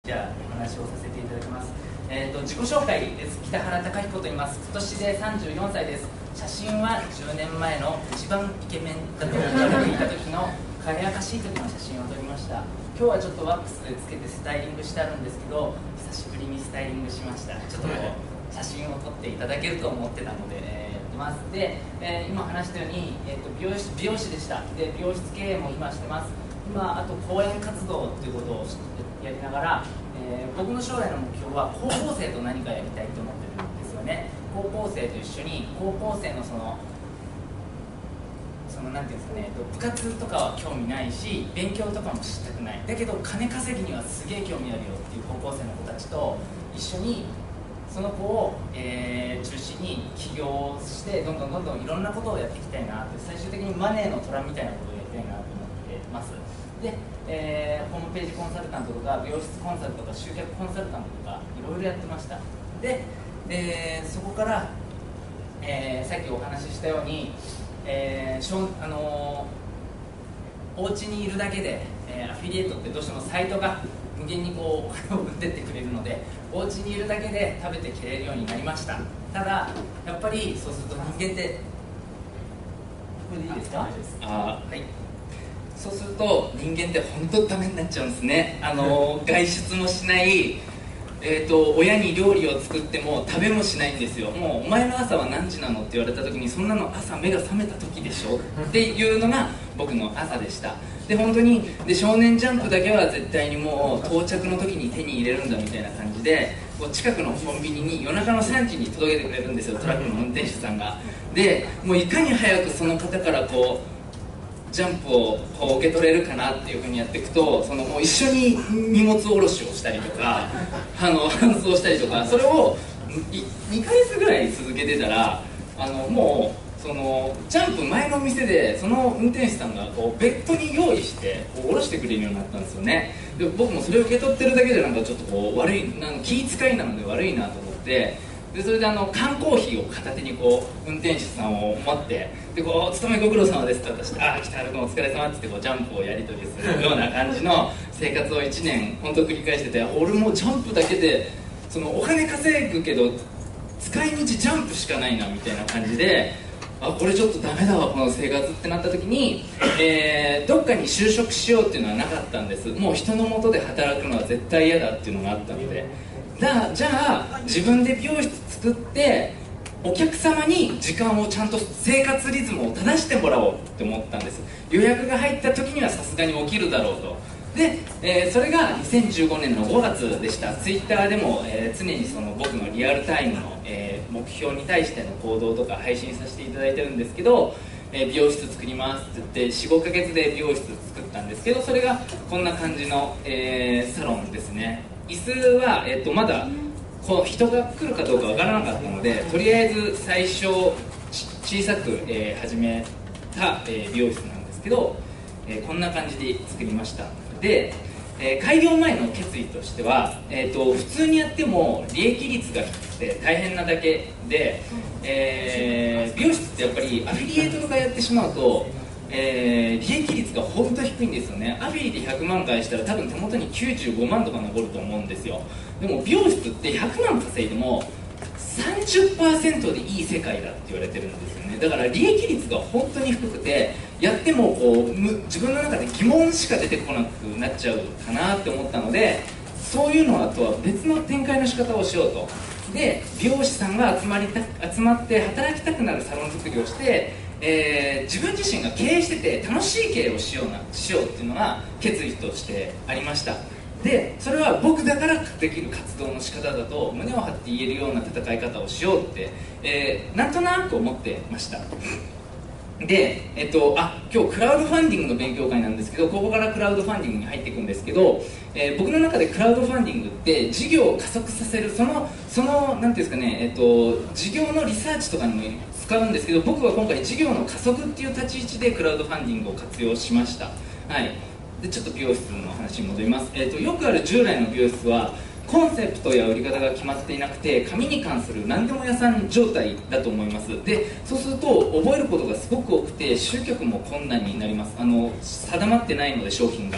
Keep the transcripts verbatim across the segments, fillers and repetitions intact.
じゃあお話をさせていただきます。えーと、自己紹介です。北原貴彦と言います。今年でさんじゅうよんさいです。写真はじゅうねんまえの一番イケメンだと言われていた時の輝かしい時の写真を撮りました。今日はちょっとワックスでつけてスタイリングしてあるんですけど、久しぶりにスタイリングしました。ちょっとこう写真を撮っていただけると思ってたので、えー、やってます。で、えー、今話したように、えーと、美容師、美容師でした。で、美容室経営も今してます。今あと講演活動ということをやりながら、えー、僕の将来の目標は高校生と何かやりたいと思ってるんですよね。高校生と一緒に高校生のそのそのなんていうんですかね、部活とかは興味ないし勉強とかもしたくない、だけど金稼ぎにはすげえ興味あるよっていう高校生の子たちと一緒にその子を、えー、中心に起業してどんどんどんどんいろんなことをやっていきたいなって、最終的にマネーの虎みたいなことをやりたいなと思ってます。で、えー、ホームページコンサルタントとか美容室コンサルとか集客コンサルタントとかいろいろやってました。で、えー、そこから、えー、さっきお話ししたように、えーしょあのー、お家にいるだけで、えー、アフィリエイトってどうしてもサイトが無限にこうお金を売ってってくれるので、お家にいるだけで食べてけれるようになりました。ただやっぱりそうすると人間ってこれでいいですか？あ、はい。そうすると人間って本当ダメになっちゃうんですね。あの外出もしない、えーと、親に料理を作っても食べもしないんですよ。もうお前の朝は何時なのって言われた時に、そんなの朝目が覚めた時でしょっていうのが僕の朝でした。で本当にで少年ジャンプだけは絶対にもう到着の時に手に入れるんだみたいな感じで、こう近くのコンビニに夜中のさんじに届けてくれるんですよ、トラックの運転手さんが。でもういかに早くその方からこうジャンプをこう受け取れるかなっていう風にやっていくと、そのもう一緒に荷物下ろしをしたりとかあの搬送したりとか、それをにかげつぐらい続けてたら、あのもうそのジャンプ前の店でその運転手さんがこうベッドに用意してこう下ろしてくれるようになったんですよね。で僕もそれを受け取ってるだけでなんかちょっとこう悪い、なんか気遣いなので悪いなと思って、でそれであの缶コーヒーを片手にこう運転手さんを持って、でこう「勤めご苦労様です」って渡して「ああ北原君お疲れ様」ってこうジャンプをやり取りするような感じの生活をいちねん本当繰り返してて、俺もジャンプだけでそのお金稼ぐけど使い道ジャンプしかないなみたいな感じで、あこれちょっとダメだわこの生活ってなった時に、えー、どっかに就職しようっていうのはなかったんです。もう人の下で働くのは絶対嫌だっていうのがあったので、だじゃあ自分で美容室作ってお客様に時間をちゃんと生活リズムを正してもらおうって思ったんです。予約が入った時にはさすがに起きるだろうと。で、えー、それがにせんじゅうごねんのごがつでした。ツイッターでも、えー、常にその僕のリアルタイムの、えー、目標に対しての行動とか配信させていただいてるんですけど、えー、美容室作りますって言って よん、ごかげつで美容室作ったんですけど、それがこんな感じの、えー、サロンですね。椅子は、えー、とまだこう人が来るかどうかわからなかったので、とりあえず最初小さく、えー、始めた、えー、美容室なんですけど、えー、こんな感じで作りました。で、えー、開業前の決意としては、えー、と普通にやっても利益率が低くて大変なだけで、えー、美容室ってやっぱりアフィリエイトとかやってしまうと、えー、利益率が本当に低いんですよね。アフィリでひゃくまん返したら多分手元にきゅうじゅうごまんとか残ると思うんですよ。でも美容室ってひゃくまん稼いでも さんじゅっパーセント でいい世界だって言われてるんですよね。だから利益率が本当に低くて、やってもこう自分の中で疑問しか出てこなくなっちゃうかなって思ったので、そういうのとは別の展開の仕方をしようと。で美容師さんが集まりた集まって働きたくなるサロン作りをして、えー、自分自身が経営してて楽しい経営をしようなしようっていうのが決意としてありました。でそれは僕だからできる活動の仕方だと胸を張って言えるような戦い方をしようって、えー、なんとなく思ってました。で、えっと、あ今日クラウドファンディングの勉強会なんですけど、ここからクラウドファンディングに入っていくんですけど、えー、僕の中でクラウドファンディングって事業を加速させる、そのそのなんていうんですかね、えっと、事業のリサーチとかにも使うんですけど、僕は今回事業の加速っていう立ち位置でクラウドファンディングを活用しました。はい。でちょっと美容室の話に戻ります。えっと、よくある従来の美容室はコンセプトや売り方が決まっていなくて、髪に関する何でも屋さん状態だと思います。でそうすると覚えることがすごく多くて集客も困難になります。あの定まってないので商品が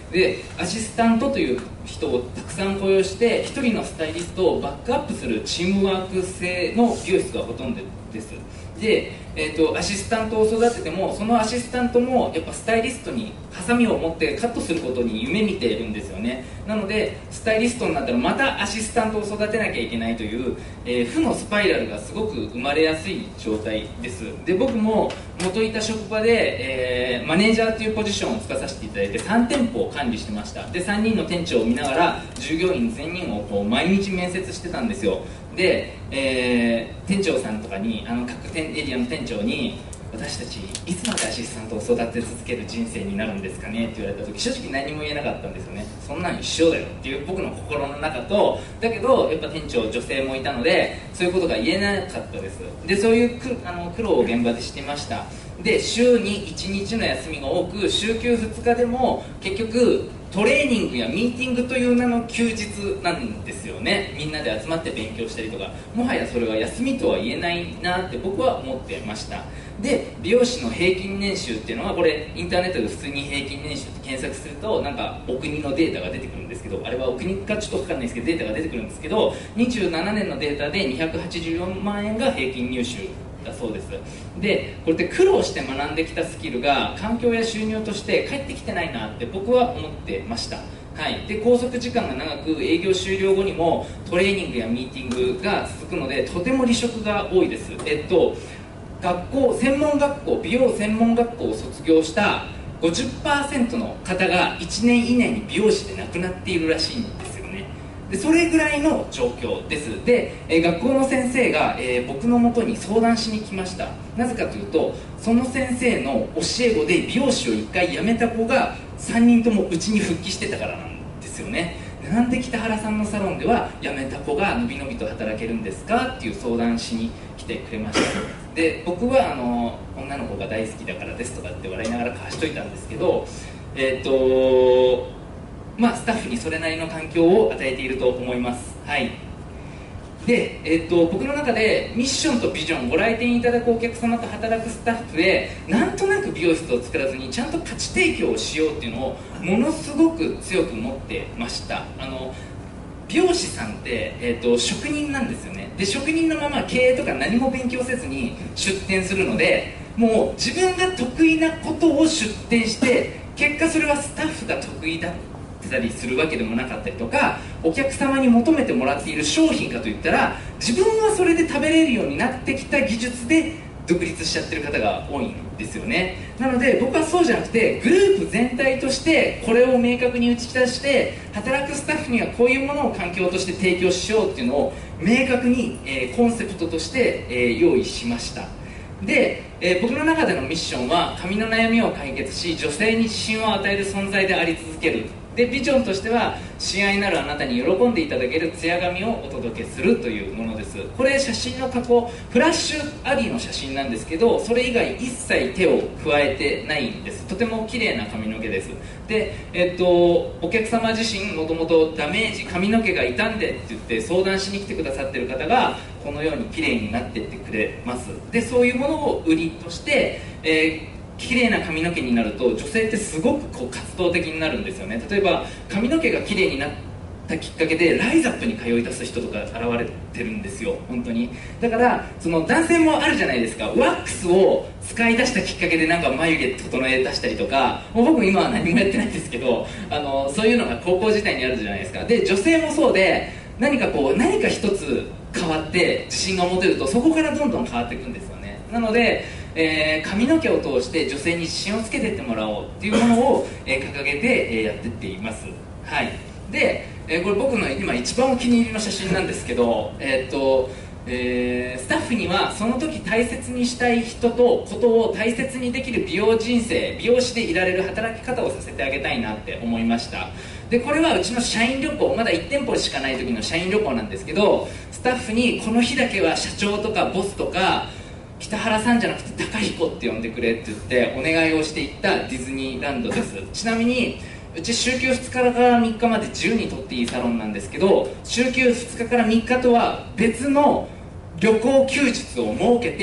でアシスタントという人をたくさん雇用してひとりのスタイリストをバックアップするチームワーク制の美容室がほとんどです。で、えーと、アシスタントを育ててもそのアシスタントもやっぱスタイリストにハサミを持ってカットすることに夢見ているんですよね。なのでスタイリストになったらまたアシスタントを育てなきゃいけないという、えー、負のスパイラルがすごく生まれやすい状態です。で僕も元いた職場で、えー、マネージャーというポジションをつかさせていただいてさん店舗を管理してました。でさんにんの店長を見ながら従業員全員をこう毎日面接してたんですよ。で、えー、店長さんとかにあの各店エリアの店長に私たちいつまでアシスタントを育て続ける人生になるんですかねって言われた時正直何も言えなかったんですよね。そんなん一生だよっていう僕の心の中と、だけどやっぱ店長女性もいたのでそういうことが言えなかったです。でそういうくあの苦労を現場でしていました。で週にいちにちの休みが多く週休ふつかでも結局トレーニングやミーティングという名の休日なんですよね。みんなで集まって勉強したりとか、もはやそれは休みとは言えないなって僕は思ってました。で美容師の平均年収っていうのはこれインターネットで普通に平均年収って検索するとなんかお国のデータが出てくるんですけど、あれはお国かちょっと分かんないですけどデータが出てくるんですけど、にじゅうななねんのデータでにひゃくはちじゅうよんまんえんが平均入手だそうです。でこれって苦労して学んできたスキルが環境や収入として返ってきてないなって僕は思ってました。はい、で拘束時間が長く営業終了後にもトレーニングやミーティングが続くのでとても離職が多いです。えっと学校専門学校美容専門学校を卒業したごじゅっパーセントの方がいちねん以内に美容師で亡くなっているらしいんですよね。でそれぐらいの状況です。で、えー、学校の先生が、えー、僕のもとに相談しに来ました。なぜかというとその先生の教え子で美容師をいっかい辞めた子がさんにんともうちに復帰してたからなんですよね。なんで北原さんのサロンでは辞めた子がのびのびと働けるんですかっていう相談しに来てくれました。で僕はあの女の子が大好きだからですとかって笑いながら貸しといたんですけど、えっとまあスタッフにそれなりの環境を与えていると思います。はい。で、えっと、僕の中でミッションとビジョン、ご来店いただくお客様と働くスタッフでなんとなく美容室を作らずにちゃんと価値提供をしようっていうのをものすごく強く持ってました。あの美容師さんって、えーと、職人なんですよね。で職人のまま経営とか何も勉強せずに出店するのでもう自分が得意なことを出店して結果それはスタッフが得意だったりするわけでもなかったりとか、お客様に求めてもらっている商品かといったら自分はそれで食べれるようになってきた技術で独立しちゃってる方が多いんですよね。なので僕はそうじゃなくてグループ全体としてこれを明確に打ち出して働くスタッフにはこういうものを環境として提供しようっていうのを明確に、えー、コンセプトとして、えー、用意しました。で、えー、僕の中でのミッションは髪の悩みを解決し女性に自信を与える存在であり続ける。でビジョンとしては親愛なるあなたに喜んでいただけるツヤ髪をお届けするというものです。これ写真の加工フラッシュありの写真なんですけどそれ以外一切手を加えてないんです。とても綺麗な髪の毛です。で、えっと、お客様自身もともとダメージ髪の毛が傷んでって言って相談しに来てくださってる方がこのように綺麗になってってくれます。でそういうものを売りとして、えー綺麗な髪の毛になると女性ってすごくこう活動的になるんですよね。例えば髪の毛が綺麗になったきっかけでライザップに通い出す人とか現れてるんですよ本当に。だからその男性もあるじゃないですか。ワックスを使い出したきっかけでなんか眉毛整え出したりとか、もう僕今は何もやってないんですけどあのそういうのが高校時代にあるじゃないですか。で女性もそうで何かこう何か一つ変わって自信が持てるとそこからどんどん変わっていくんですよね。なのでえー、髪の毛を通して女性に自信をつけていってもらおうっていうものを、えー、掲げて、えー、やっていっています。はい。で、えー、これ僕の今一番お気に入りの写真なんですけど、えーっとえー、スタッフにはその時大切にしたい人とことを大切にできる美容人生、美容師でいられる働き方をさせてあげたいなって思いました。でこれはうちの社員旅行、まだいち店舗しかない時の社員旅行なんですけど、スタッフにこの日だけは社長とかボスとか北原さんじゃなくて高彦って呼んでくれって言ってお願いをしていったディズニーランドです。ちなみにうち週休ふつかからみっかまで自由に取っていいサロンなんですけど、週休ふつかからみっかとは別の旅行休日を設けて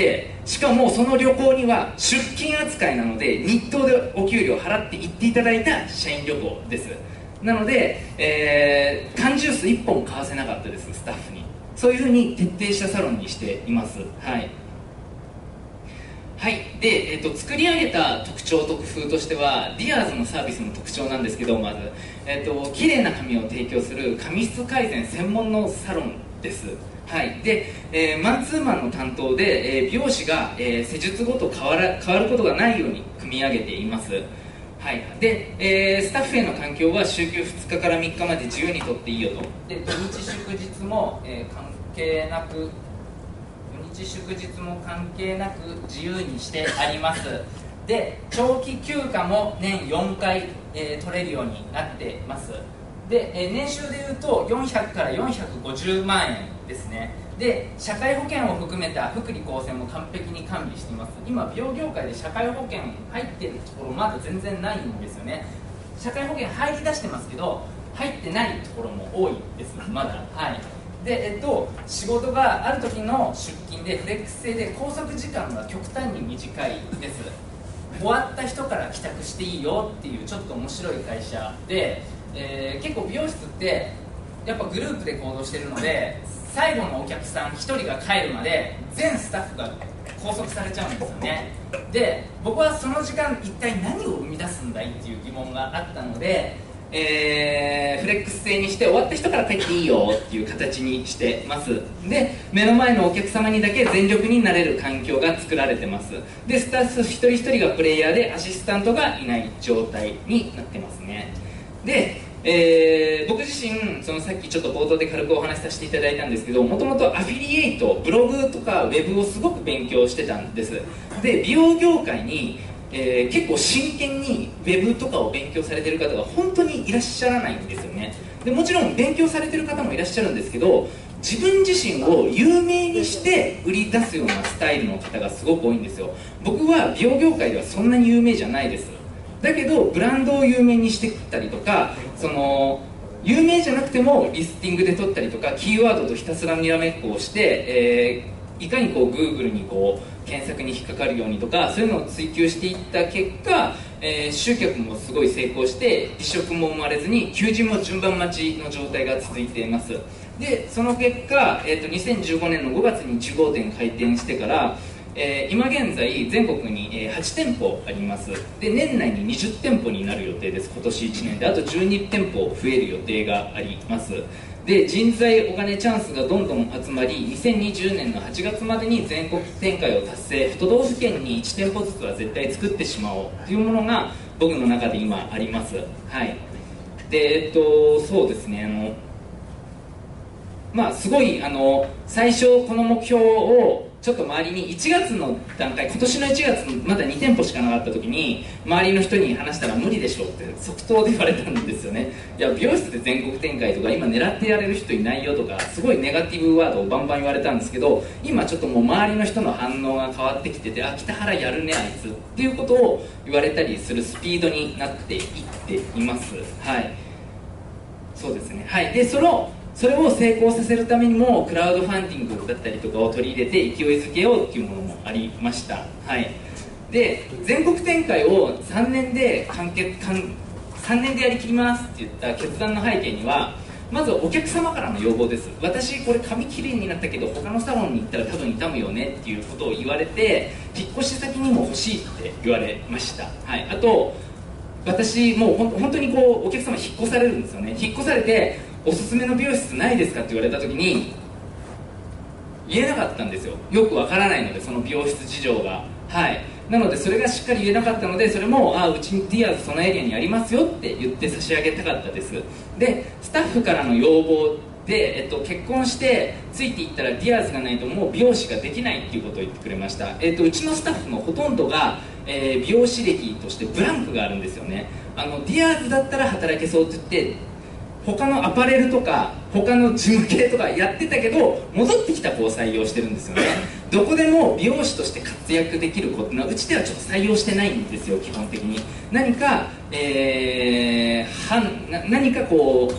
しかもその旅行には出勤扱いなので日当でお給料払って行っていただいた社員旅行です。なので、えー、缶ジュースいっぽん買わせなかったです、スタッフに。そういうふうに徹底したサロンにしています。はいはい、で、えー、と作り上げた特徴と工夫としては、ディアーズのサービスの特徴なんですけど、まず、えー、と綺麗な髪を提供する髪質改善専門のサロンです。はい、で、えー、マンツーマンの担当で、えー、美容師が、えー、施術ごと変わら、変わることがないように組み上げています。はい、で、えー、スタッフへの環境は週休ふつかからみっかまで自由にとっていいよと。で、土日祝日も、えー、関係なく土日祝日も関係なく自由にしてあります。で、長期休暇も年よんかい、えー、取れるようになってます。で、えー、年収でいうとよんひゃくからよんひゃくごじゅうまんえんですね。で、社会保険を含めた福利厚生も完璧に完備しています。今美容業界で社会保険入ってるところまだ全然ないんですよね。社会保険入り出してますけど入ってないところも多いですまだ。はい。で、えっと、仕事がある時の出勤でフレックス制で拘束時間が極端に短いです。終わった人から帰宅していいよっていうちょっと面白い会社で、えー、結構美容室ってやっぱグループで行動してるので、最後のお客さんひとりが帰るまで全スタッフが拘束されちゃうんですよね。で、僕はその時間一体何を生み出すんだいっていう疑問があったので、えー、フレックス制にして終わった人から帰っていいよっていう形にしてます。で、目の前のお客様にだけ全力になれる環境が作られてます。で、スタッフ一人一人がプレイヤーでアシスタントがいない状態になってますね。で、えー、僕自身そのさっきちょっと冒頭で軽くお話しさせていただいたんですけど、もともとアフィリエイト、ブログとかウェブをすごく勉強してたんです。で、美容業界に、えー、結構真剣にウェブとかを勉強されてる方が本当にいらっしゃらないんですよね。で、もちろん勉強されてる方もいらっしゃるんですけど、自分自身を有名にして売り出すようなスタイルの方がすごく多いんですよ。僕は美容業界ではそんなに有名じゃないです。だけどブランドを有名にしていったりとか、その有名じゃなくてもリスティングで取ったりとか、キーワードとひたすらにらめっこをして、えー、いかにこう Google にこう検索に引っかかるようにとか、そういうのを追求していった結果、えー、集客もすごい成功して離職も生まれずに求人も順番待ちの状態が続いています。で、その結果、えー、とにせんじゅうごねんのごがつにじゅうごてん開店してから、えー、今現在全国に、えー、はちてんぽあります。で、年内ににじゅってんぽになる予定です。今年いちねんであとじゅうにてんぽ増える予定があります。で、人材お金チャンスがどんどん集まり、にせんにじゅうねんのはちがつまでに全国展開を達成、都道府県にいちてんぽずつは絶対作ってしまおうというものが僕の中で今あります。はい。で、えっとそうですね、あのまあすごいあの最初この目標をちょっと周りにいちがつの段階、今年のいちがつまだにてんぽしかなかった時に周りの人に話したら無理でしょって即答で言われたんですよね。いや、美容室で全国展開とか今狙ってやれる人いないよとか、すごいネガティブワードをバンバン言われたんですけど、今ちょっともう周りの人の反応が変わってきてて、あ、北原やるねあいつっていうことを言われたりするスピードになっていっています。はい、そうですね。はい。で、そのそれを成功させるためにもクラウドファンディングだったりとかを取り入れて勢いづけようっていうものもありました。はい。で、全国展開をさんねんで完結完さんねんでやりきりますって言った決断の背景には、まずお客様からの要望です。私これ髪きれいになったけど他のサロンに行ったら多分痛むよねっていうことを言われて、引っ越し先にも欲しいって言われました。はい。あと私もうほん本当にこうお客様引っ越されるんですよね。引っ越されておすすめの美容室ないですかって言われた時に言えなかったんですよ。よくわからないので、その美容室事情が。はい。なのでそれがしっかり言えなかったので、それもあうちにディアーズそのエリアにありますよって言って差し上げたかったです。で、スタッフからの要望で、えっと、結婚してついていったらディアーズがないともう美容師ができないっていうことを言ってくれました。えっと、うちのスタッフのほとんどが、えー、美容師歴としてブランクがあるんですよね。あのディアーズだったら働けそうって言って他のアパレルとか他の事務系とかやってたけど戻ってきた子を採用してるんですよね。どこでも美容師として活躍できる子っていうのはうちではちょっと採用してないんですよ。基本的に何か、えー、はんな何かこう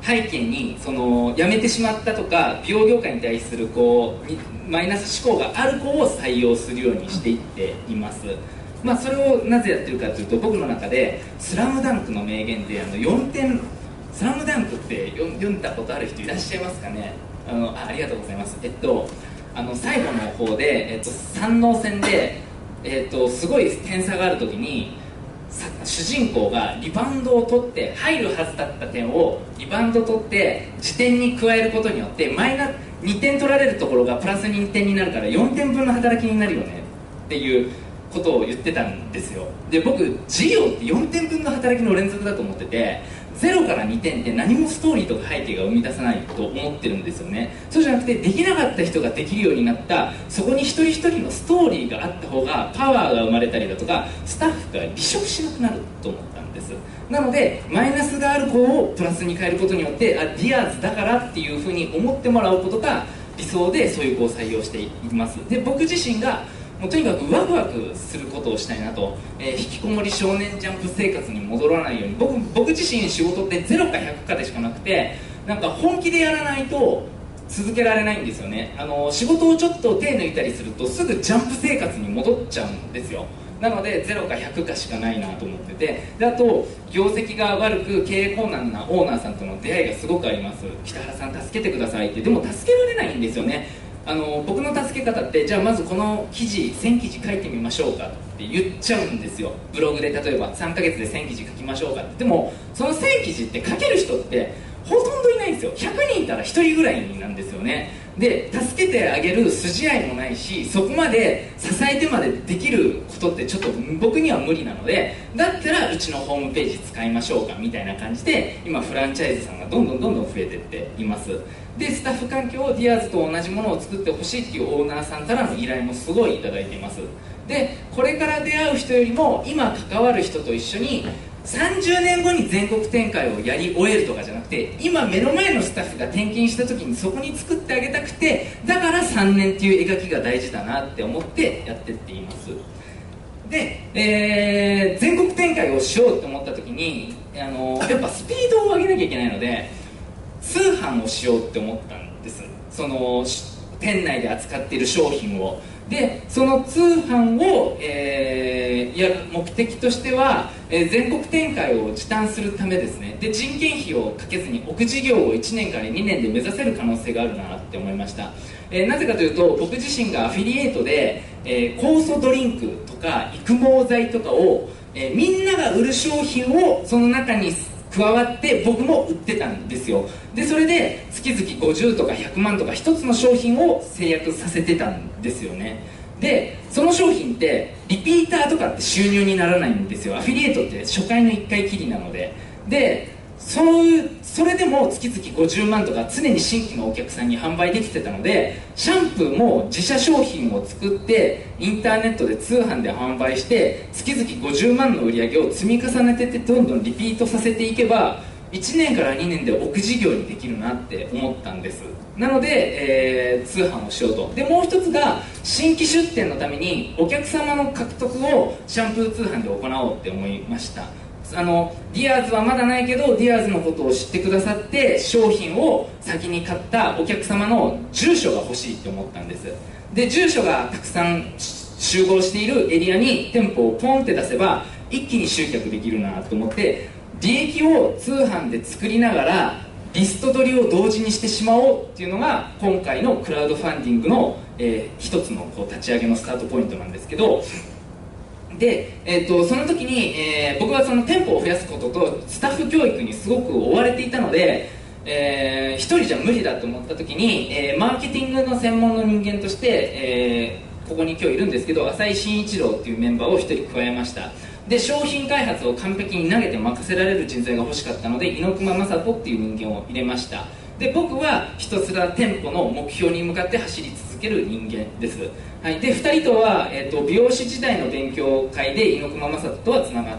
背景にその辞めてしまったとか美容業界に対するこうマイナス思考がある子を採用するようにしていっています。まあ、それをなぜやってるかというと、僕の中でスラムダンクの名言であのよんてんスラムダンクって読んだことある人いらっしゃいますかね。あの あ, ありがとうございます。えっとあの最後の方で、えっと、三能戦で、えっと、すごい点差があるときに主人公がリバウンドを取って入るはずだった点をリバウンド取って自点に加えることによってマイナにてん取られるところがプラスにてんになるからよんてんぶんの働きになるよねっていうことを言ってたんですよ。で、僕事業ってよんてんぶんの働きの連続だと思ってて、ゼロからにてんって何もストーリーとか背景が生み出さないと思ってるんですよね。そうじゃなくて、できなかった人ができるようになった、そこに一人一人のストーリーがあった方がパワーが生まれたりだとか、スタッフが離職しなくなると思ったんです。なのでマイナスがある子をプラスに変えることによって、あ、ディアーズだからっていうふうに思ってもらうことが理想で、そういう子を採用しています。で、僕自身がもうとにかくワクワクすることをしたいなと、えー、引きこもり少年ジャンプ生活に戻らないように、 僕, 僕自身仕事ってゼロかひゃくかでしかなくて、なんか本気でやらないと続けられないんですよね。あの仕事をちょっと手抜いたりするとすぐジャンプ生活に戻っちゃうんですよ。なのでゼロかひゃくかしかないなと思ってて、であと業績が悪く経営困難なオーナーさんとの出会いがすごくあります。北原さん助けてくださいって。でも助けられないんですよね。あの僕の助け方って、じゃあまずこの記事せん記事書いてみましょうかって言っちゃうんですよ。ブログで例えばさんかげつでせん記事書きましょうかって。でもそのせん記事って書ける人ってほとんどいないんですよ。ひゃくにんいたらひとりぐらいなんですよね。で、助けてあげる筋合いもないし、そこまで支えてまでできることってちょっと僕には無理なので、だったらうちのホームページ使いましょうかみたいな感じで、今フランチャイズさんがどんどんどんどん増えていっています。で、スタッフ環境をディアーズと同じものを作ってほしいっていうオーナーさんからの依頼もすごいいただいています。で、これから出会う人よりも今関わる人と一緒にさんじゅうねんごに全国展開をやり終えるとかじゃなくて、今目の前のスタッフが転勤した時にそこに作ってあげたくて、だからさんねんっていう描きが大事だなって思ってやってっています。で、えー、全国展開をしようと思った時に、あのやっぱスピードを上げなきゃいけないので通販をしようって思ったんです。その店内で扱っている商品を。で、その通販を、えー、やる目的としては、えー、全国展開を時短するためですね。で、人件費をかけずに置く事業をいちねんからにねんで目指せる可能性があるなって思いました。えー、なぜかというと、僕自身がアフィリエイトで、えー、酵素ドリンクとか育毛剤とかを、えー、みんなが売る商品をその中に加わって僕も売ってたんですよ。で、それで月々ごじゅうとかひゃくまんとか一つの商品を制約させてたんですよね。で、その商品ってリピーターとかって収入にならないんですよ。アフィリエイトって初回のいっかいきりなので。で、そういうそれでも月々ごじゅうまんとか常に新規のお客さんに販売できてたので、シャンプーも自社商品を作ってインターネットで通販で販売して月々ごじゅうまんの売り上げを積み重ねてってどんどんリピートさせていけばいちねんからにねんで置く事業にできるなって思ったんです。なので、えー、通販をしようと。で、もう一つが新規出店のためにお客様の獲得をシャンプー通販で行おうって思いました。あのディアーズはまだないけどディアーズのことを知ってくださって商品を先に買ったお客様の住所が欲しいって思ったんです。で、住所がたくさん集合しているエリアに店舗をポンって出せば一気に集客できるなと思って、利益を通販で作りながらリスト取りを同時にしてしまおうっていうのが今回のクラウドファンディングの、えー、一つのこう立ち上げのスタートポイントなんですけど、で、えー、とその時に、えー、僕はその店舗を増やすこととスタッフ教育にすごく追われていたので、えー、一人じゃ無理だと思った時に、えー、マーケティングの専門の人間として、えー、ここに今日いるんですけど浅井慎一郎っていうメンバーを一人加えました。で、商品開発を完璧に投げて任せられる人材が欲しかったので猪熊正人っていう人間を入れました。で、僕はひたすら店舗の目標に向かって走り続ける人間です。はい、でふたりとは、えー、と美容師時代の勉強会で猪熊正人とはつながって、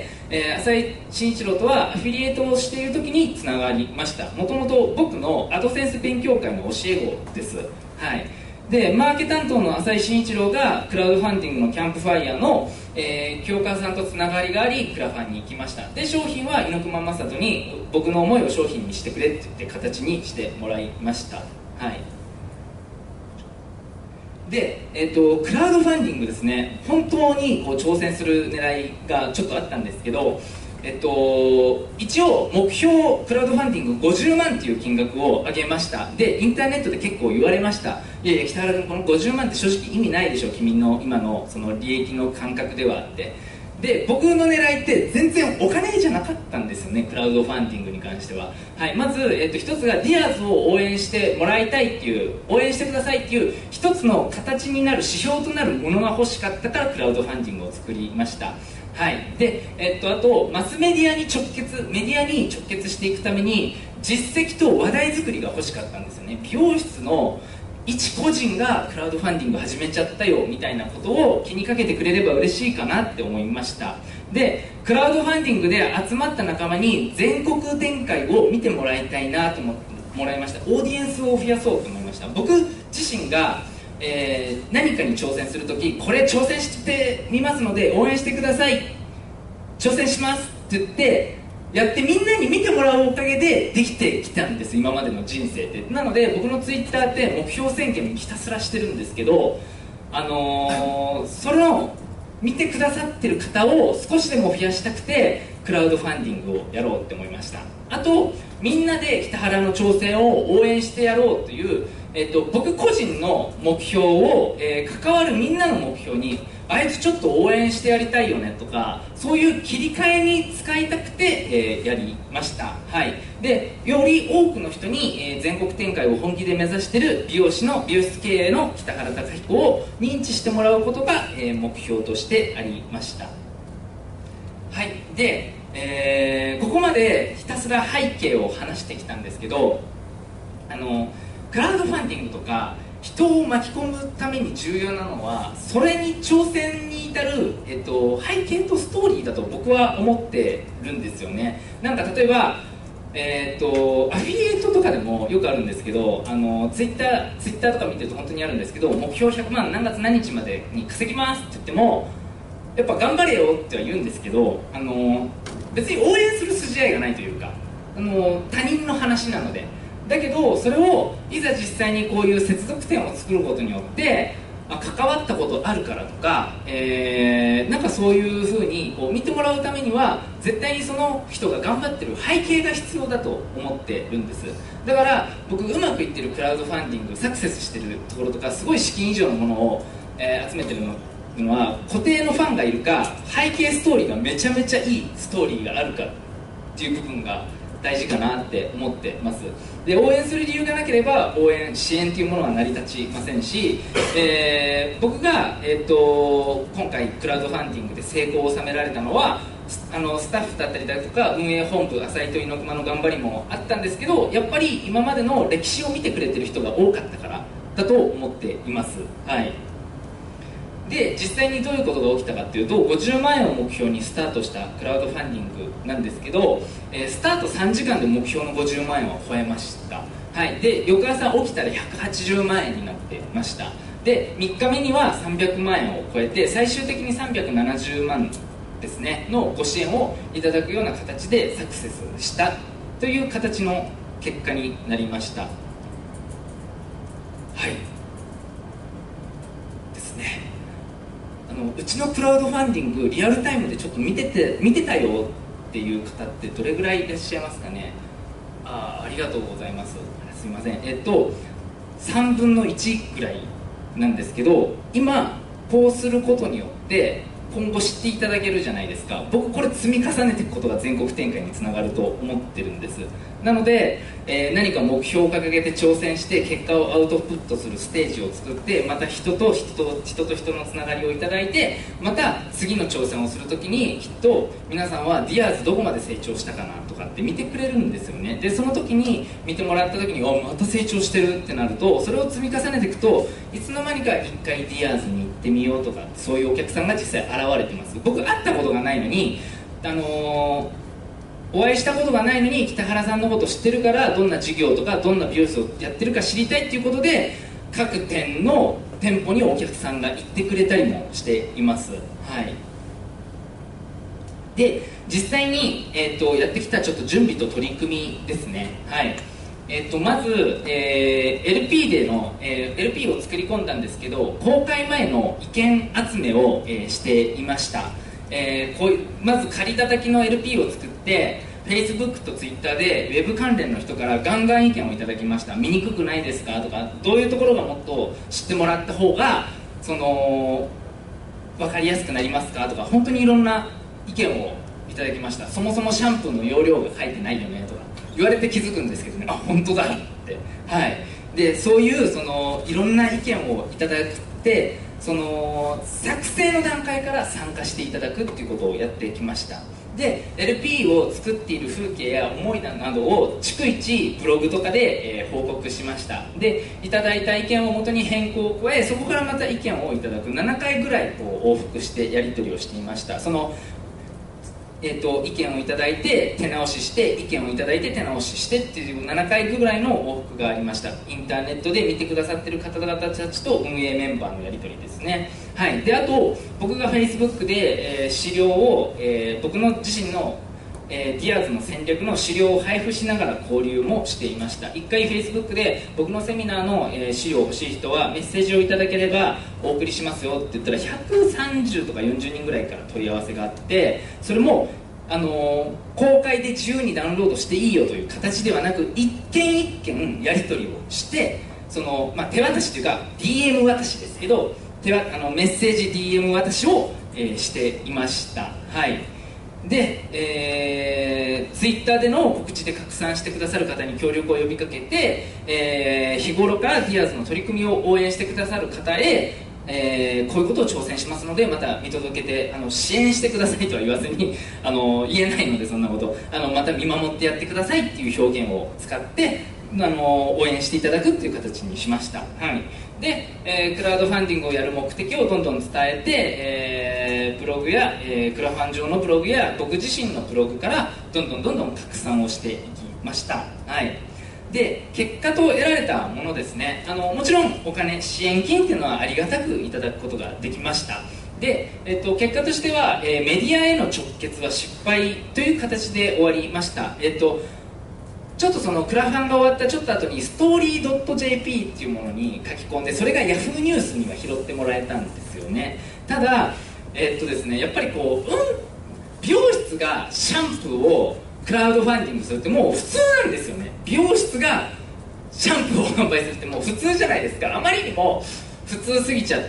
えー、浅井慎一郎とはアフィリエイトをしている時につながりました。もともと僕のアドセンス勉強会の教え子です。はい、 でマーケ担当の浅井慎一郎がクラウドファンディングのキャンプファイヤーの、えー、清川さんとつながりがありクラファンに行きました。で商品は猪熊正人に僕の思いを商品にしてくれって言って形にしてもらいました。はい。で、えー、とクラウドファンディングですね、本当にこう挑戦する狙いがちょっとあったんですけど、えっと、一応目標クラウドファンディングごじゅうまんっていう金額を上げました。でインターネットで結構言われました。いやいや北原君このごじゅうまんって正直意味ないでしょ君の今のその利益の感覚ではって。で僕の狙いって全然お金じゃなかったんですよね、クラウドファンディングに関しては。はい、まず、えっと、一つがディアーズを応援してもらいたいっていう、応援してくださいっていう一つの形になる指標となるものが欲しかったからクラウドファンディングを作りました。はい、で、えっと、あとマスメディアに直結メディアに直結していくために実績と話題作りが欲しかったんですよね。美容室の一個人がクラウドファンディング始めちゃったよみたいなことを気にかけてくれれば嬉しいかなって思いました。でクラウドファンディングで集まった仲間に全国展開を見てもらいたいなと思ってもらいました。オーディエンスを増やそうと思いました。僕自身がえー、何かに挑戦するときこれ挑戦してみますので応援してください挑戦しますって言ってやってみんなに見てもらうおかげでできてきたんです、今までの人生って。なので僕のツイッターって目標宣言ひたすらしてるんですけど、あのー、その見てくださってる方を少しでも増やしたくてクラウドファンディングをやろうって思いました。あとみんなで北原の挑戦を応援してやろうという、えっと、僕個人の目標を、えー、関わるみんなの目標にあいつちょっと応援してやりたいよねとかそういう切り替えに使いたくて、えー、やりました。はい、でより多くの人に、えー、全国展開を本気で目指している美容師の美容室経営の北原貴彦を認知してもらうことが、えー、目標としてありました。はい、で、えー、ここまでひたすら背景を話してきたんですけど、あのクラウドファンディングとか人を巻き込むために重要なのはそれに挑戦に至る、えっと、背景とストーリーだと僕は思ってるんですよね。なんか例えば、えー、っとアフィリエイトとかでもよくあるんですけど、あのツイッターツイッターとか見てると本当にあるんですけど、目標ひゃくまん何月何日までに稼ぎますって言ってもやっぱ頑張れよっては言うんですけど、あの別に応援する筋合いがないというか、あの他人の話なので。だけどそれをいざ実際にこういう接続点を作ることによってあ関わったことあるからとか、えー、なんかそういうふうにこう見てもらうためには絶対にその人が頑張ってる背景が必要だと思ってるんです。だから僕うまくいってるクラウドファンディングサクセスしてるところとかすごい資金以上のものを、えー、集めてるのは固定のファンがいるか背景ストーリーがめちゃめちゃいいストーリーがあるかっていう部分が大事かなって思ってます。で応援する理由がなければ応援支援というものは成り立ちませんし、えー、僕が、えー、と今回クラウドファンディングで成功を収められたのはあのスタッフだったりだとか運営本部浅井と猪熊の頑張りもあったんですけど、やっぱり今までの歴史を見てくれてる人が多かったからだと思っています。はい、で実際にどういうことが起きたかっていうとごじゅうまんえんを目標にスタートしたクラウドファンディングなんですけど、えー、スタートさんじかんで目標のごじゅうまんえんを超えました。はい、で翌朝起きたらひゃくはちじゅうまんえんになってました。でみっかめにはさんびゃくまんえんを超えて最終的にさんびゃくななじゅうまんですねのご支援をいただくような形でサクセスしたという形の結果になりました。はいですね。あのうちのクラウドファンディングリアルタイムでちょっと見てて見てたよっていう方ってどれぐらいいらっしゃいますかね。あありがとうございます。すみません。えっとさんぶんのいちぐらいなんですけど、今こうすることによって今後知っていただけるじゃないですか。僕これ積み重ねていくことが全国展開につながると思ってるんです。なので、えー、何か目標を掲げて挑戦して結果をアウトプットするステージを作って、また人と人と人と人のつながりをいただいて、また次の挑戦をするときにきっと皆さんはディアーズどこまで成長したかなとかって見てくれるんですよね。でその時に見てもらった時にあまた成長してるってなると、それを積み重ねていくといつの間にかいっかいディアーズに行ってみようとか、そういうお客さんが実際現れてます。僕会ったことがないのに、あのーお会いしたことがないのに北原さんのこと知ってるからどんな事業とかどんな美容室をやってるか知りたいっていうことで各店の店舗にお客さんが行ってくれたりもしています。はい、で実際に、えー、とやってきたちょっと準備と取り組みですね。はい、えー、とまず、えー、エルピー での、えー、エルピー を作り込んだんですけど、公開前の意見集めを、えー、していました。えー、こういうまず仮叩きの エルピー を作って、Facebook と Twitter でウェブ関連の人からガンガン意見をいただきました。見にくくないですかとか、どういうところがもっと知ってもらった方がその分かりやすくなりますかとか、本当にいろんな意見をいただきました。そもそもシャンプーの容量が書いてないよねとか言われて気づくんですけどね、あ、本当だって、はい、でそういうそのいろんな意見をいただいて、その作成の段階から参加していただくっていうことをやってきました。で エルピー を作っている風景や思いなどを逐一ブログとかで、えー、報告しました。でいただいた意見をもとに変更を加え、そこからまた意見をいただくななかいぐらいこう往復してやり取りをしていました。そのえー、と意見をいただいて手直しして、意見をいただいて手直ししてっていうななかいぐらいの往復がありました。インターネットで見てくださってる方々たちと運営メンバーのやり取りですね。はい、であと僕が Facebook で、えー、資料を、えー、僕の自身の、えー、ディアーズの戦略の資料を配布しながら交流もしていました。一回 Facebook で僕のセミナーの、えー、資料欲しい人はメッセージをいただければお送りしますよって言ったらひゃくさんじゅうとかよんじゅうにんぐらいから問い合わせがあって、それもあのー、公開で自由にダウンロードしていいよという形ではなく、一件一件やり取りをして、その、まあ、手渡しというか ディーエム 渡しですけど、手わあのメッセージ ディーエム 渡しを、えー、していました。はい、で、えー、Twitter での告知で拡散してくださる方に協力を呼びかけて、えー、日頃から ディアーズ の取り組みを応援してくださる方へ、えー、こういうことを挑戦しますので、また見届けて、あの支援してくださいとは言わずに、あの言えないので、そんなことあのまた見守ってやってくださいっていう表現を使ってあの応援していただくっていう形にしました。はい、で、えー、クラウドファンディングをやる目的をどんどん伝えて、えー、ブログや、えー、クラファン上のブログや僕自身のブログからどんどんどんどん拡散をしていきました。はい、で結果と得られたものですね、あのもちろんお金、支援金っていうのはありがたくいただくことができました。で、えっと、結果としては、えー、メディアへの直結は失敗という形で終わりました。えっとちょっとそのクラファンが終わったちょっと後にストーリー ドット ジェーピー っていうものに書き込んで、それが Yahoo ニュースには拾ってもらえたんですよね。ただえっとですねやっぱりこう、うん、美容室がシャンプーをクラウドファンディングするってもう普通なんですよね。美容室がシャンプーを販売するってもう普通じゃないですか。あまりにも普通すぎちゃって、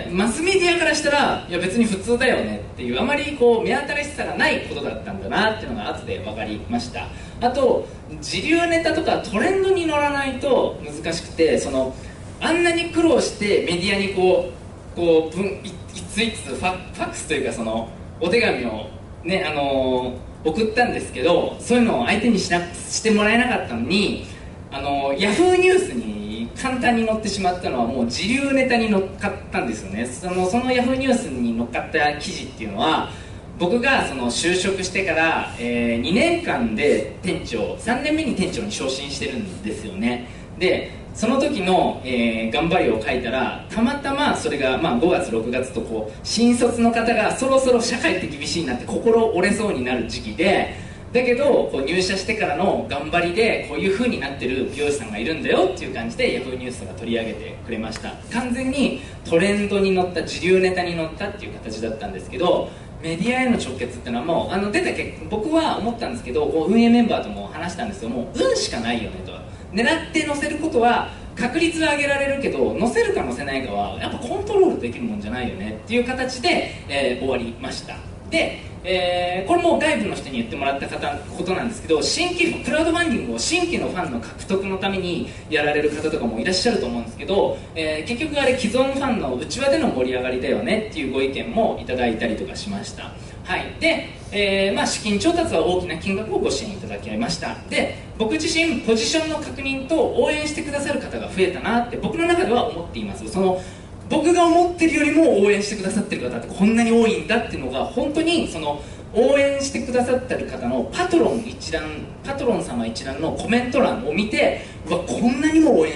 マスメディアからしたらいや別に普通だよねっていう、あまりこう目新しさがないことだったんだなっていうのが後で分かりました。あと時流ネタとかトレンドに乗らないと難しくて、そのあんなに苦労してメディアにこうこう分いついつファファックスというかそのお手紙をね、あのー、送ったんですけど、そういうのを相手にしなしてもらえなかったのに、あのー、ヤフーニュースに簡単に載ってしまったのはもう時流ネタに乗っかったんですよね。そのそのヤフーニュースに乗っかった記事っていうのは、僕がその就職してから、えー、にねんかんで店長、さんねんめに店長に昇進してるんですよね。でその時の、えー、頑張りを書いたら、たまたまそれが、まあ、ごがつろくがつとこう新卒の方がそろそろ社会って厳しいなって心折れそうになる時期で、だけどこう入社してからの頑張りでこういう風になってる美容師さんがいるんだよっていう感じで Yahoo ニュースが取り上げてくれました。完全にトレンドに乗った、時流ネタに乗ったっていう形だったんですけど、メディアへの直結っていうのはもうあの出た結果、僕は思ったんですけど、こう運営メンバーとも話したんですけど、もう運しかないよねと。狙って載せることは確率は上げられるけど、載せるか載せないかはやっぱコントロールできるもんじゃないよねっていう形で、えー、終わりました。で、えー、これも外部の人に言ってもらった方ことなんですけど、新規クラウドファンディングを新規のファンの獲得のためにやられる方とかもいらっしゃると思うんですけど、えー、結局あれ既存ファンの内輪での盛り上がりだよねっていうご意見もいただいたりとかしました。はい、で、えーまあ、資金調達は大きな金額をご支援いただきました。で、僕自身ポジションの確認と応援してくださる方が増えたなって僕の中では思っています。その僕が思ってるよりも応援してくださってる方ってこんなに多いんだっていうのが、本当にその応援してくださってる方のパトロン一覧パトロン様一覧のコメント欄を見て、うわこんなにも応援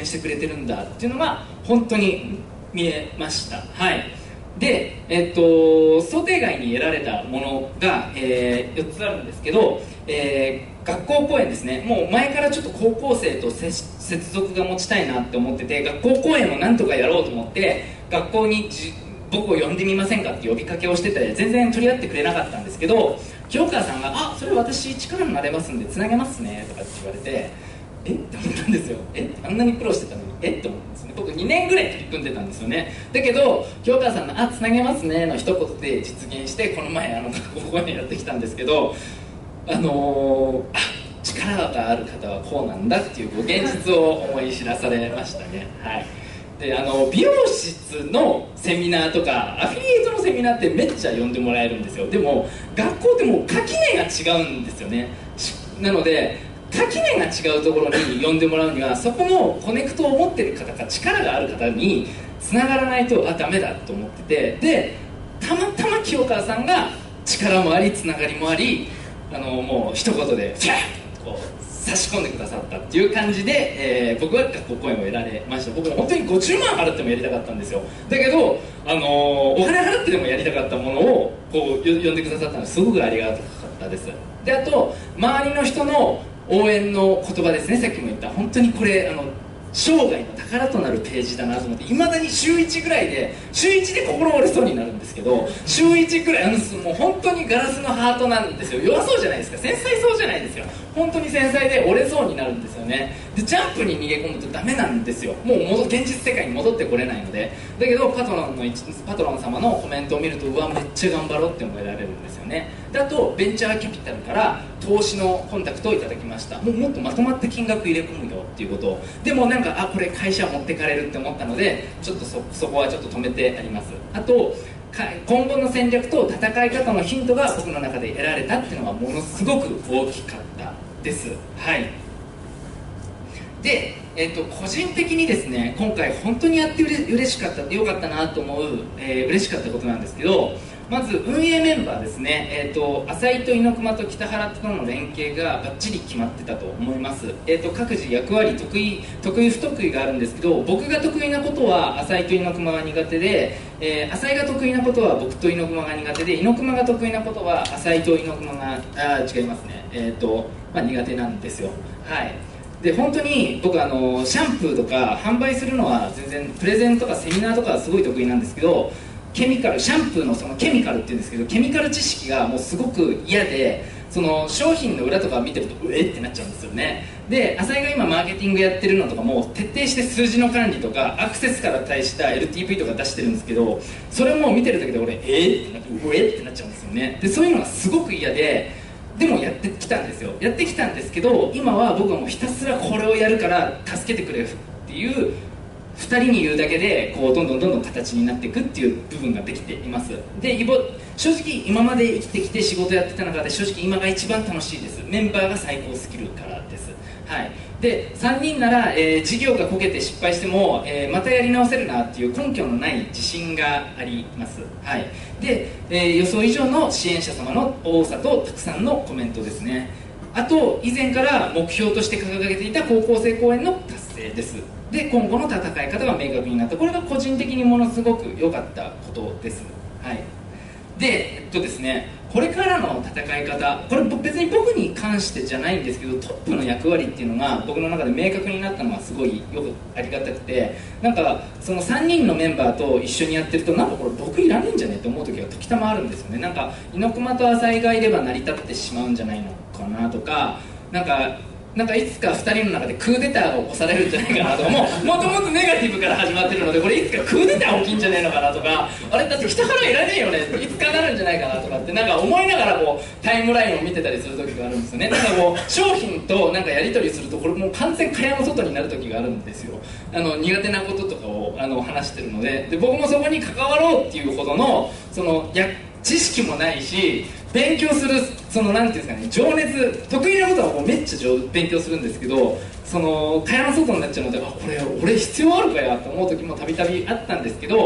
現してくれてるんだっていうのが本当に見えました。はい。で、えっと、想定外に得られたものが、えー、よっつあるんですけど、えー、学校公演ですね。もう前からちょっと高校生と接続が持ちたいなって思ってて、学校公演をなんとかやろうと思って学校にじ僕を呼んでみませんかって呼びかけをしてて、全然取り合ってくれなかったんですけど、清川さんが「あ、それ私力になれますんでつなげますね」とかって言われて、えって思ったんですよ。えあんなに苦労してたのにえって思ったんですね。僕にねんぐらい取り組んでたんですよね。だけど清川さんの「あ、つなげますね」の一言で実現して、この前あの学校公演やってきたんですけど、あのー、あ、力がある方はこうなんだっていう現実を思い知らされましたね。はい。で、あの美容室のセミナーとかアフィリエイトのセミナーってめっちゃ呼んでもらえるんですよ。でも学校ってもう垣根が違うんですよね。なので垣根が違うところに呼んでもらうには、そこのコネクトを持ってる方か力がある方につながらないとあダメだと思ってて、でたまたま清川さんが力もありつながりもあり、あのもう一言でフャッとこう差し込んでくださったっていう感じで、えー、僕は学校公演を得られました。僕も本当にごじゅうまん払ってもやりたかったんですよ。だけど、あのー、お金払ってでもやりたかったものをこう呼んでくださったのはすごくありがたかったです。で、あと周りの人の応援の言葉ですね。さっきも言った本当にこれあの生涯の宝となるページだなと思って、いまだに週いちぐらいで週いちで心折れそうになるんですけど、週いちぐらいあのもう本当にガラスのハートなんですよ。弱そうじゃないですか、繊細そうじゃないですか。本当に繊細で折れそうになるんですよね。でジャンプに逃げ込むとダメなんですよ。もう戻現実世界に戻ってこれないので。だけどパトロンのパトロン様のコメントを見ると、うわめっちゃ頑張ろうって思えられるんですよね。で、あとベンチャーキャピタルから投資のコンタクトをいただきました。もうもっとまとまった金額入れ込むよっていうことを。でもなんかあこれ会社持ってかれるって思ったので、ちょっと そ, そこはちょっと止めてあります。あと今後の戦略と戦い方のヒントが僕の中で得られたっていうのはものすごく大きかったです。はい。で、えー、と個人的にですね、今回本当にやってうれ嬉しかったよかったなと思う、えー、嬉しかったことなんですけど、まず運営メンバーですね、えー、と浅井と猪熊と北原との連携がバッチリ決まってたと思います。えー、と各自役割得意得意不得意があるんですけど、僕が得意なことは浅井と猪熊が苦手で、えー、浅井が得意なことは僕と猪熊が苦手で、猪熊が得意なことは浅井と猪熊があ違いますね、えーとまあ、苦手なんですよ。はい。で本当に僕あのシャンプーとか販売するのは全然、プレゼンとかセミナーとかはすごい得意なんですけど、ケミカルシャンプーのそのケミカルっていうんですけど、ケミカル知識がもうすごく嫌で、その商品の裏とか見てるとうえってなっちゃうんですよね。で浅井が今マーケティングやってるのとかも徹底して数字の管理とかアクセスから対した エルティーピー とか出してるんですけど、それも見てるだけで俺えーってなってうえってなっちゃうんですよね。でそういうのがすごく嫌で、でもやってきたんですよ。やってきたんですけど、今は僕はもうひたすらこれをやるから助けてくれっていうふたりに言うだけでこうどんどんどんどん形になっていくっていう部分ができています。で正直今まで生きてきて仕事やってた中で正直今が一番楽しいです。メンバーが最高スキルからです。はい。でさんにんなら、えー、事業がこけて失敗しても、えー、またやり直せるなっていう根拠のない自信があります。はい。で、えー、予想以上の支援者様の多さとたくさんのコメントですね。あと以前から目標として掲げていた高校生公演の達成です。で今後の戦い方が明確になった。これが個人的にものすごく良かったことです。はい。で、えっとですね、これからの戦い方、これ別に僕に関してじゃないんですけど、トップの役割っていうのが僕の中で明確になったのはすごいよくありがたくて、なんかそのさんにんのメンバーと一緒にやってると、なんかこれ僕いらねえんじゃねえと思う時が時たまあるんですよね。なんか猪熊と浅井がいれば成り立ってしまうんじゃないのかなとか、なんかなんかいつかふたりの中でクーデターが起こされるんじゃないかなとか、もうもともとネガティブから始まってるので、これいつかクーデター起きんじゃねえのかなとか、あれだって北原いらねえよねっていつかなるんじゃないかなとかってなんか思いながらこうタイムラインを見てたりする時があるんですよね。なんかこう商品となんかやり取りするとこれもう完全蚊帳の外になる時があるんですよ。あの苦手なこととかをあの話してるので、で僕もそこに関わろうっていうほどのそのや知識もないし、勉強するそのなんていうんですかね、情熱、得意なことはもうめっちゃ勉強するんですけど、その蚊帳の外になっちゃうので、あこれ俺必要あるかやと思う時もたびたびあったんですけど、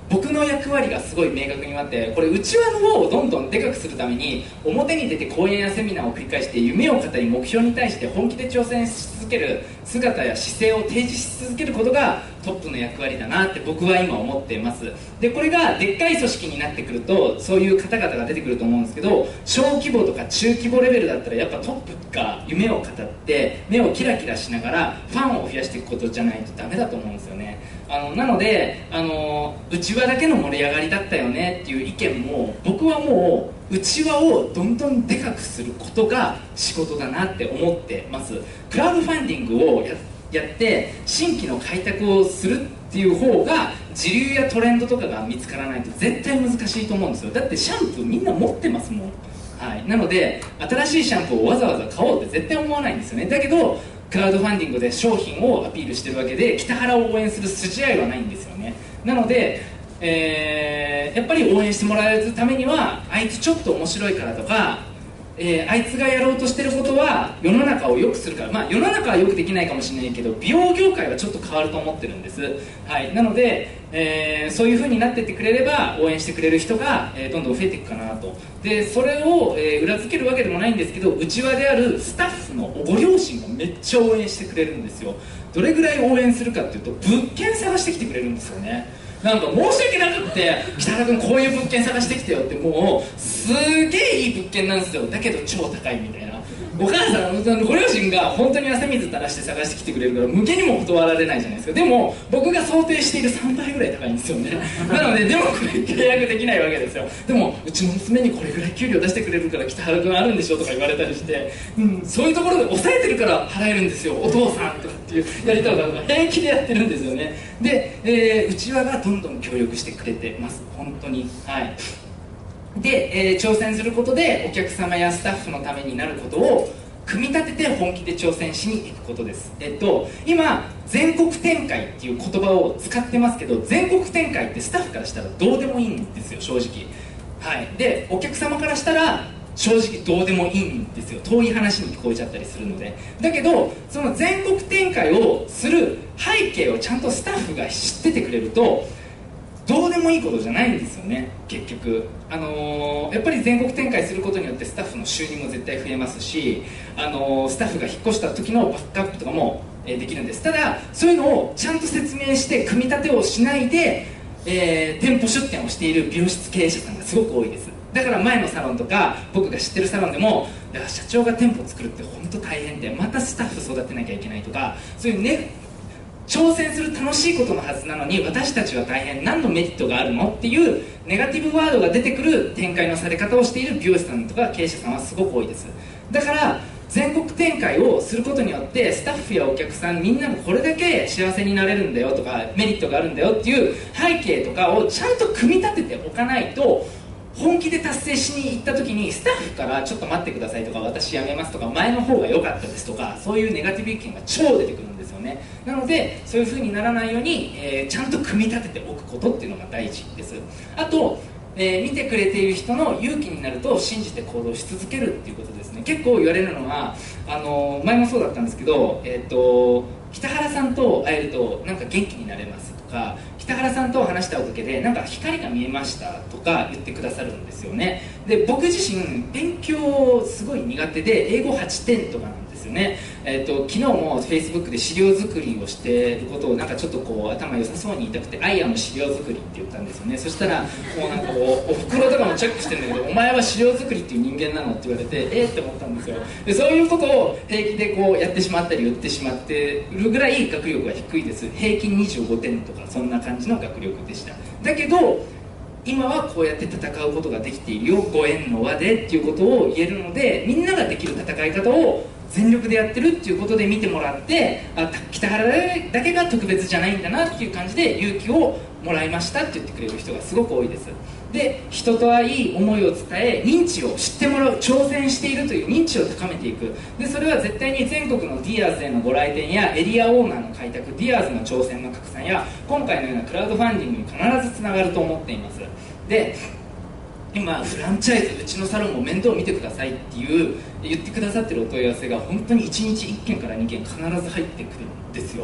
僕の役割がすごい明確にあって、これ内輪の方をどんどんでかくするために表に出て講演やセミナーを繰り返して夢を語り目標に対して本気で挑戦し続ける姿や姿勢を提示し続けることがトップの役割だなって僕は今思っています。でこれがでっかい組織になってくるとそういう方々が出てくると思うんですけど、小規模とか中規模レベルだったらやっぱトップが夢を語って目をキラキラしながらファンを増やしていくことじゃないとダメだと思うんですよね。あのなのであの内輪だけの盛り上がりだったよねっていう意見も僕はもう内輪をどんどんでかくすることが仕事だなって思ってます。クラウドファンディングを や, やって新規の開拓をするっていう方が時流やトレンドとかが見つからないと絶対難しいと思うんですよ。だってシャンプーみんな持ってますもん、はい、なので新しいシャンプーをわざわざ買おうって絶対思わないんですよね。だけどクラウドファンディングで商品をアピールしてるわけで北原を応援する筋合いはないんですよね。なので、えー、やっぱり応援してもらえるためにはあいつちょっと面白いからとか、えー、あいつがやろうとしてることは世の中を良くするから、まあ世の中は良くできないかもしれないけど美容業界はちょっと変わると思ってるんです、はい、なので、えー、そういう風になってってくれれば応援してくれる人が、えー、どんどん増えていくかなと。でそれを、えー、裏付けるわけでもないんですけど、内輪であるスタッフのご両親がめっちゃ応援してくれるんですよ。どれぐらい応援するかっていうと物件探してきてくれるんですよね。なんか申し訳なくって北原君こういう物件探してきてよって、もうすげえいい物件なんですよ。だけど超高いみたいな。お母さんご両親が本当に汗水垂らして探してきてくれるから無限にも断られないじゃないですか。でも僕が想定しているさんばいぐらい高いんですよね。なのででもこれ契約できないわけですよ。でもうちの娘にこれぐらい給料出してくれるから北原君あるんでしょとか言われたりして、うん、そういうところで抑えてるから払えるんですよお父さんとかっていうやり方が平気でやってるんですよね。で、えー、内輪がどんどん協力してくれてます本当に、はいで、えー、挑戦することでお客様やスタッフのためになることを組み立てて本気で挑戦しに行くことです。えっと今全国展開っていう言葉を使ってますけど、全国展開ってスタッフからしたらどうでもいいんですよ正直、はい、でお客様からしたら正直どうでもいいんですよ。遠い話に聞こえちゃったりするので。だけどその全国展開をする背景をちゃんとスタッフが知っててくれるとどうでもいいことじゃないんですよね結局。あのー、やっぱり全国展開することによってスタッフの収入も絶対増えますし、あのー、スタッフが引っ越した時のバックアップとかも、えー、できるんです。ただそういうのをちゃんと説明して組み立てをしないで、えー、店舗出店をしている美容室経営者さんがすごく多いです。だから前のサロンとか僕が知ってるサロンでもいや社長が店舗作るって本当大変でまたスタッフ育てなきゃいけないとか、そういうね挑戦する楽しいことのはずなのに私たちは大変何のメリットがあるのっていうネガティブワードが出てくる展開のされ方をしている美容師さんとか経営者さんはすごく多いです。だから全国展開をすることによってスタッフやお客さんみんながこれだけ幸せになれるんだよとかメリットがあるんだよっていう背景とかをちゃんと組み立てておかないと本気で達成しに行った時にスタッフからちょっと待ってくださいとか私辞めますとか前の方が良かったですとかそういうネガティブ意見が超出てくるんですよね。なのでそういう風にならないように、えー、ちゃんと組み立てておくことっていうのが大事です。あと、えー、見てくれている人の勇気になると信じて行動し続けるっていうことですね。結構言われるのはあのー、前もそうだったんですけど、えー、と北原さんと会えるとなんか元気になれますとか北原さんと話したおかげでなんか光が見えましたとか言ってくださるんですよね。で僕自身勉強すごい苦手で英語はちてんとかなんですよね。えー、と昨日も Facebook で資料作りをしていることをなんかちょっとこう頭良さそうに言いたくてアイアム資料作りって言ったんですよね。そしたらもうなんかこうお袋とかもチェックしてるんだけどお前は資料作りっていう人間なのって言われてえーって思ったんですよ。でそういうことを平気でこうやってしまったり言ってしまってるぐらい学力が低いです。平均にじゅうごてんとかそんな感じの学力でした。だけど今はこうやって戦うことができているよご縁の輪でっていうことを言えるのでみんなができる戦い方を全力でやってるっていうことで見てもらってあ北原だけが特別じゃないんだなっていう感じで勇気をもらいましたって言ってくれる人がすごく多いです。で人と会い思いを伝え認知を知ってもらう挑戦しているという認知を高めていく。でそれは絶対に全国のディアーズへのご来店やエリアオーナーの開拓ディアーズの挑戦の拡散や今回のようなクラウドファンディングに必ずつながると思っています。で今フランチャイズうちのサロンも面倒見てくださいっていう言ってくださってるお問い合わせが本当にいちにちいっけんからにけん必ず入ってくるんですよ。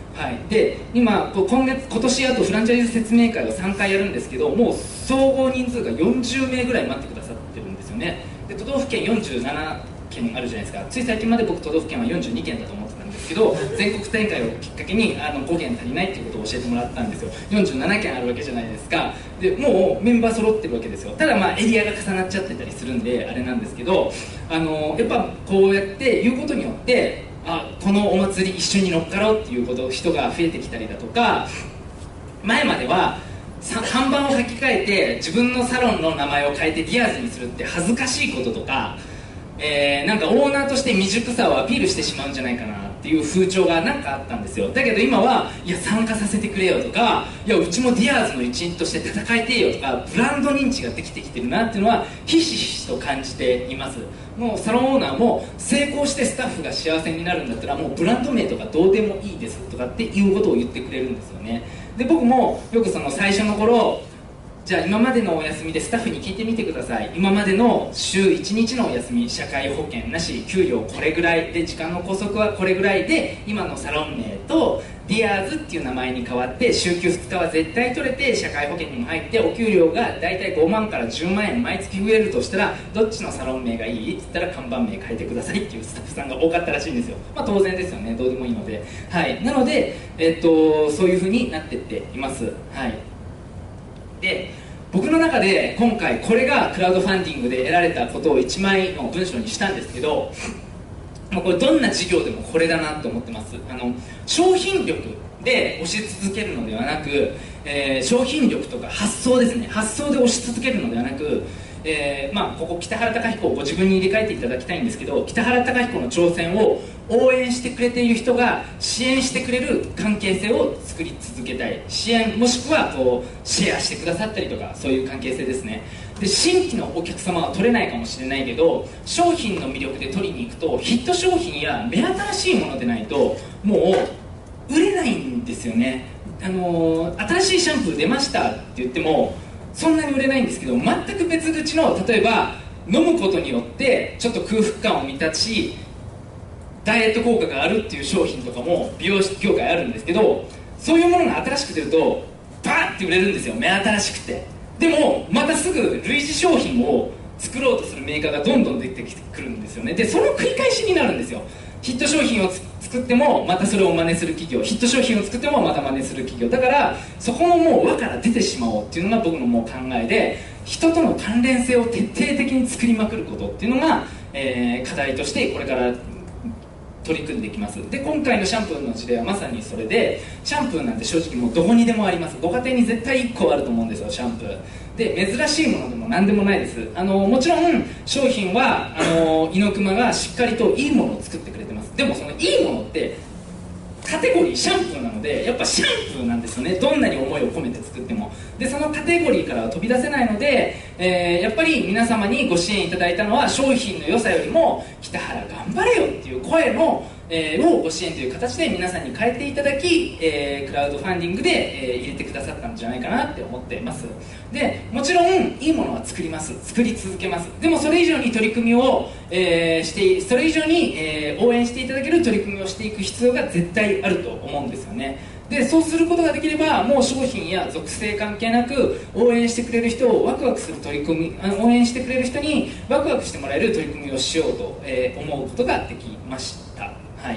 はい、で今今月今年あとフランチャイズ説明会をさんかいやるんですけど、もう総合人数がよんじゅうめいぐらい待ってくださってるんですよね。で都道府県よんじゅうななけんあるじゃないですか。つい最近まで僕都道府県はよんじゅうにけんだと思ってたんですけど、全国展開をきっかけにあのごけん足りないっていうことを教えてもらったんですよ。よんじゅうななけんあるわけじゃないですか。でもうメンバー揃ってるわけですよ。ただまあエリアが重なっちゃってたりするんであれなんですけど、あのやっぱこうやって言うことによって、あこのお祭り一緒に乗っかろうっていうこと人が増えてきたりだとか、前までは看板を書き換えて自分のサロンの名前を変えてディアーズにするって恥ずかしいこととか、えー、なんかオーナーとして未熟さをアピールしてしまうんじゃないかなっていう風潮がなんかあったんですよ。だけど今はいや参加させてくれよとか、いやうちもディアーズの一員として戦いてえよとか、ブランド認知ができてきてるなっていうのはひしひしと感じています。もうサロンオーナーも成功してスタッフが幸せになるんだったらもうブランド名とかどうでもいいですとかっていうことを言ってくれるんですよね。で僕もよくその最初の頃、じゃあ今までのお休みでスタッフに聞いてみてください。今までの週いちにちのお休み、社会保険なし、給料これぐらいで、時間の拘束はこれぐらいで、今のサロン名とディアーズっていう名前に変わって週休ふつかは絶対取れて、社会保険にも入ってお給料がだいたいごまんからじゅうまんえん毎月増えるとしたら、どっちのサロン名がいいって言ったら看板名変えてくださいっていうスタッフさんが多かったらしいんですよ。まあ当然ですよね、どうでもいいので、はい、なので、えっと、そういうふうになってっています。はい、で僕の中で今回これがクラウドファンディングで得られたことをいちまいの文章にしたんですけど、これどんな事業でもこれだなと思ってます。あの商品力で押し続けるのではなく、えー、商品力とか発想ですね、発想で押し続けるのではなく、えーまあ、ここ北原貴彦をご自分に入れ替えていただきたいんですけど、北原貴彦の挑戦を応援してくれている人が支援してくれる関係性を作り続けたい。支援もしくはこうシェアしてくださったりとか、そういう関係性ですね。で新規のお客様は取れないかもしれないけど、商品の魅力で取りに行くとヒット商品や目新しいものでないともう売れないんですよね。あのー、新しいシャンプー出ましたって言ってもそんなに売れないんですけど、全く別口の、例えば飲むことによってちょっと空腹感を満たしダイエット効果があるっていう商品とかも美容業界あるんですけど、そういうものが新しく出るとバーッて売れるんですよ、目新しくて。でもまたすぐ類似商品を作ろうとするメーカーがどんどん出てくるんですよね。でその繰り返しになるんですよ。ヒット商品を作ってもまたそれを真似する企業、ヒット商品を作ってもまた真似する企業だから、そこのもう輪から出てしまおうっていうのが僕のもう考えで、人との関連性を徹底的に作りまくることっていうのが、えー、課題としてこれから取り組んでいきます。で今回のシャンプーの事例はまさにそれで、シャンプーなんて正直もうどこにでもあります。ご家庭に絶対いっこあると思うんですよ、シャンプーで。珍しいものでも何でもないです。あのもちろん商品はあの猪熊がしっかりといいものを作ってくれてます。でもそのいいものってカテゴリーシャンプーなので、やっぱシャンプーなんですよね、どんなに思いを込めて作っても。でそのカテゴリーからは飛び出せないので、えー、やっぱり皆様にご支援いただいたのは商品の良さよりも北原頑張れよっていう声の、えー、をご支援という形で皆さんに変えていただき、えー、クラウドファンディングで、えー、入れてくださったんじゃないかなって思っています。でもちろんいいものは作ります、作り続けます。でもそれ以上に取り組みを、えー、してそれ以上に、えー、応援していただける取り組みをしていく必要が絶対あると思うんですよね。でそうすることができれば、もう商品や属性関係なく応援してくれる人をワクワクする取り組み、あの応援してくれる人にワクワクしてもらえる取り組みをしようと、えー、思うことができました。はい、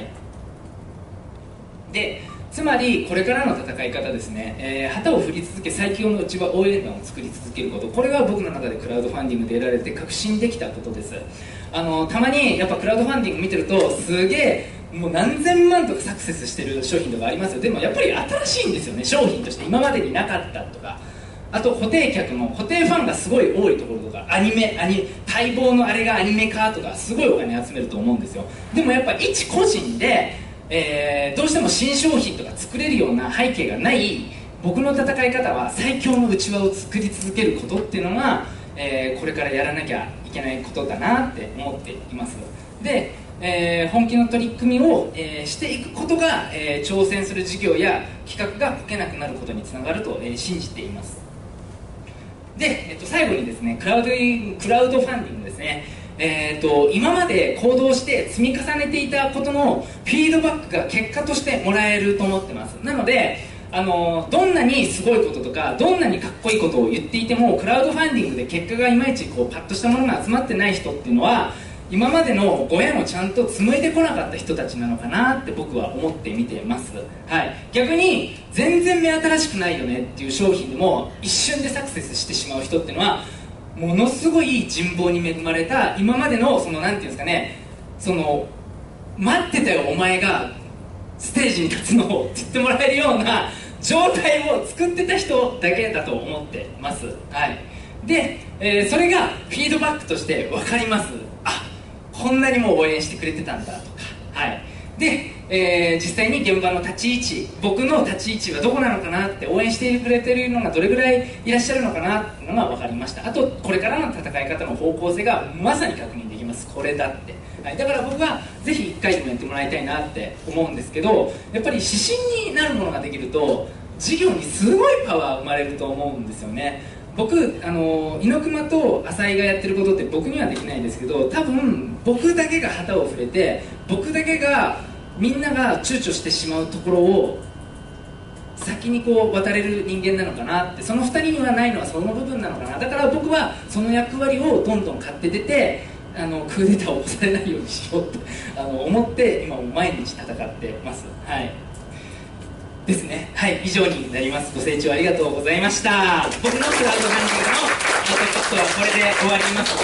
でつまりこれからの戦い方ですね、えー、旗を振り続け最強のうちは応援団を作り続けること、これが僕の中でクラウドファンディングで得られて確信できたことです。あのたまにやっぱクラウドファンディング見てるとすげえもう何千万とかサクセスしてる商品とかありますよ。でもやっぱり新しいんですよね、商品として今までになかったとか。あと固定客の固定ファンがすごい多いところとか、アニメアニ待望のあれがアニメ化とかすごいお金集めると思うんですよ。でもやっぱ一個人で、えー、どうしても新商品とか作れるような背景がない僕の戦い方は最強の内輪を作り続けることっていうのが、えー、これからやらなきゃいけないことだなって思っています。でえー、本気の取り組みを、えー、していくことが、えー、挑戦する事業や企画がこけなくなることにつながると、えー、信じています。で、えっと、最後にですねクラウド、クラウドファンディングですね、 えー、と今まで行動して積み重ねていたことのフィードバックが結果としてもらえると思ってます。なのであのどんなにすごいこととかどんなにかっこいいことを言っていてもクラウドファンディングで結果がいまいちこうパッとしたものが集まってない人っていうのは今までのご縁をちゃんと紡いでこなかった人たちなのかなって僕は思って見てます、はい、逆に全然目新しくないよねっていう商品でも一瞬でサクセスしてしまう人っていうのはものすごい人望に恵まれた今までのそのなんていうんですかねその待ってたよお前がステージに立つのをって言ってもらえるような状態を作ってた人だけだと思ってます、はい、で、えー、それがフィードバックとして分かります。あ、こんなにも応援してくれてたんだとか、はい、で、えー、実際に現場の立ち位置僕の立ち位置はどこなのかなって応援してくれてるのがどれぐらいいらっしゃるのかなっていうのが分かりました。あとこれからの戦い方の方向性がまさに確認できます。これだって、はい、だから僕はぜひいっかいでもやってもらいたいなって思うんですけどやっぱり指針になるものができると事業にすごいパワー生まれると思うんですよね。僕あの猪熊と浅井がやってることって僕にはできないですけど多分僕だけが旗を触れて僕だけがみんなが躊躇してしまうところを先にこう渡れる人間なのかなってそのふたりにはないのはその部分なのかな。だから僕はその役割をどんどん買って出てあのクーデターを起こされないようにしようとあの思って今も毎日戦ってます、はいですね。はい、以上になります。ご清聴ありがとうございました。僕のクラウドファンディングのポッドキャストはこれで終わります。